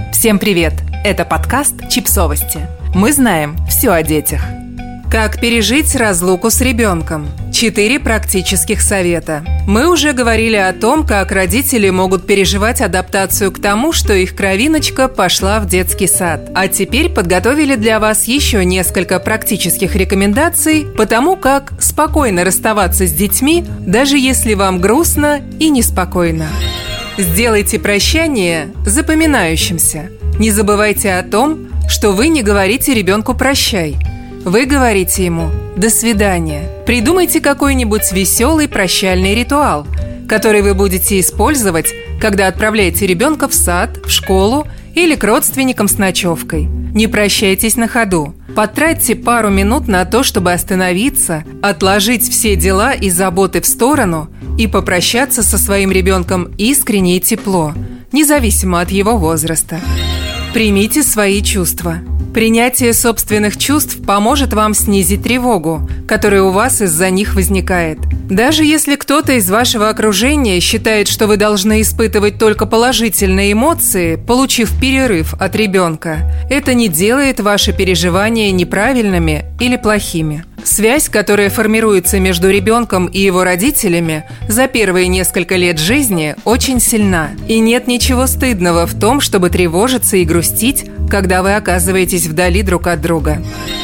Всем привет! Это подкаст «Чипсовости». Мы знаем все о детях. Как пережить разлуку с ребенком? 4 практических совета. Мы уже говорили о том, как родители могут переживать адаптацию к тому, что их кровиночка пошла в детский сад. А теперь подготовили для вас еще несколько практических рекомендаций по тому, как спокойно расставаться с детьми, даже если вам грустно и неспокойно. Сделайте прощание запоминающимся. Не забывайте о том, что вы не говорите ребенку «прощай». Вы говорите ему «до свидания». Придумайте какой-нибудь веселый прощальный ритуал, который вы будете использовать, когда отправляете ребенка в сад, в школу или к родственникам с ночевкой. Не прощайтесь на ходу. Потратьте пару минут на то, чтобы остановиться, отложить все дела и заботы в сторону и попрощаться со своим ребенком искренне и тепло, независимо от его возраста. Примите свои чувства. Принятие собственных чувств поможет вам снизить тревогу, которая у вас из-за них возникает. Даже если кто-то из вашего окружения считает, что вы должны испытывать только положительные эмоции, получив перерыв от ребенка, это не делает ваши переживания неправильными или плохими. Связь, которая формируется между ребенком и его родителями за первые несколько лет жизни, очень сильна. И нет ничего стыдного в том, чтобы тревожиться и грустить, когда вы оказываетесь вдали друг от друга.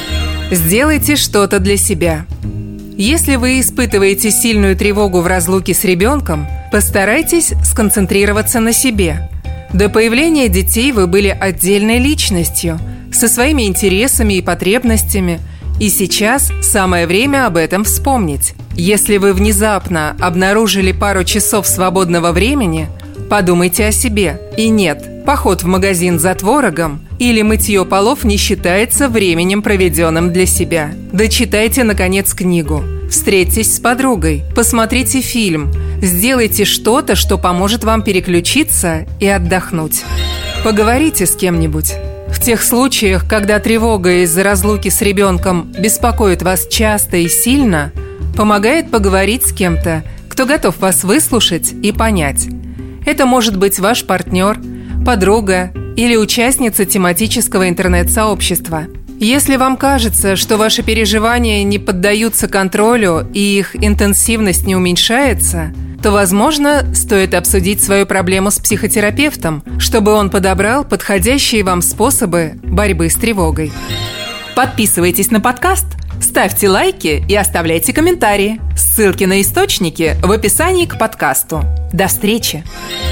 Сделайте что-то для себя. Если вы испытываете сильную тревогу в разлуке с ребенком, постарайтесь сконцентрироваться на себе. До появления детей вы были отдельной личностью, со своими интересами и потребностями, и сейчас самое время об этом вспомнить. Если вы внезапно обнаружили пару часов свободного времени, подумайте о себе. И нет, поход в магазин за творогом или мытье полов не считается временем, проведенным для себя. Дочитайте, наконец, книгу. Встретьтесь с подругой, посмотрите фильм, сделайте что-то, что поможет вам переключиться и отдохнуть. Поговорите с кем-нибудь. В тех случаях, когда тревога из-за разлуки с ребенком беспокоит вас часто и сильно, помогает поговорить с кем-то, кто готов вас выслушать и понять. Это может быть ваш партнер, подруга или участница тематического интернет-сообщества. Если вам кажется, что ваши переживания не поддаются контролю и их интенсивность не уменьшается, то, возможно, стоит обсудить свою проблему с психотерапевтом, чтобы он подобрал подходящие вам способы борьбы с тревогой. Подписывайтесь на подкаст, ставьте лайки и оставляйте комментарии. Ссылки на источники в описании к подкасту. До встречи!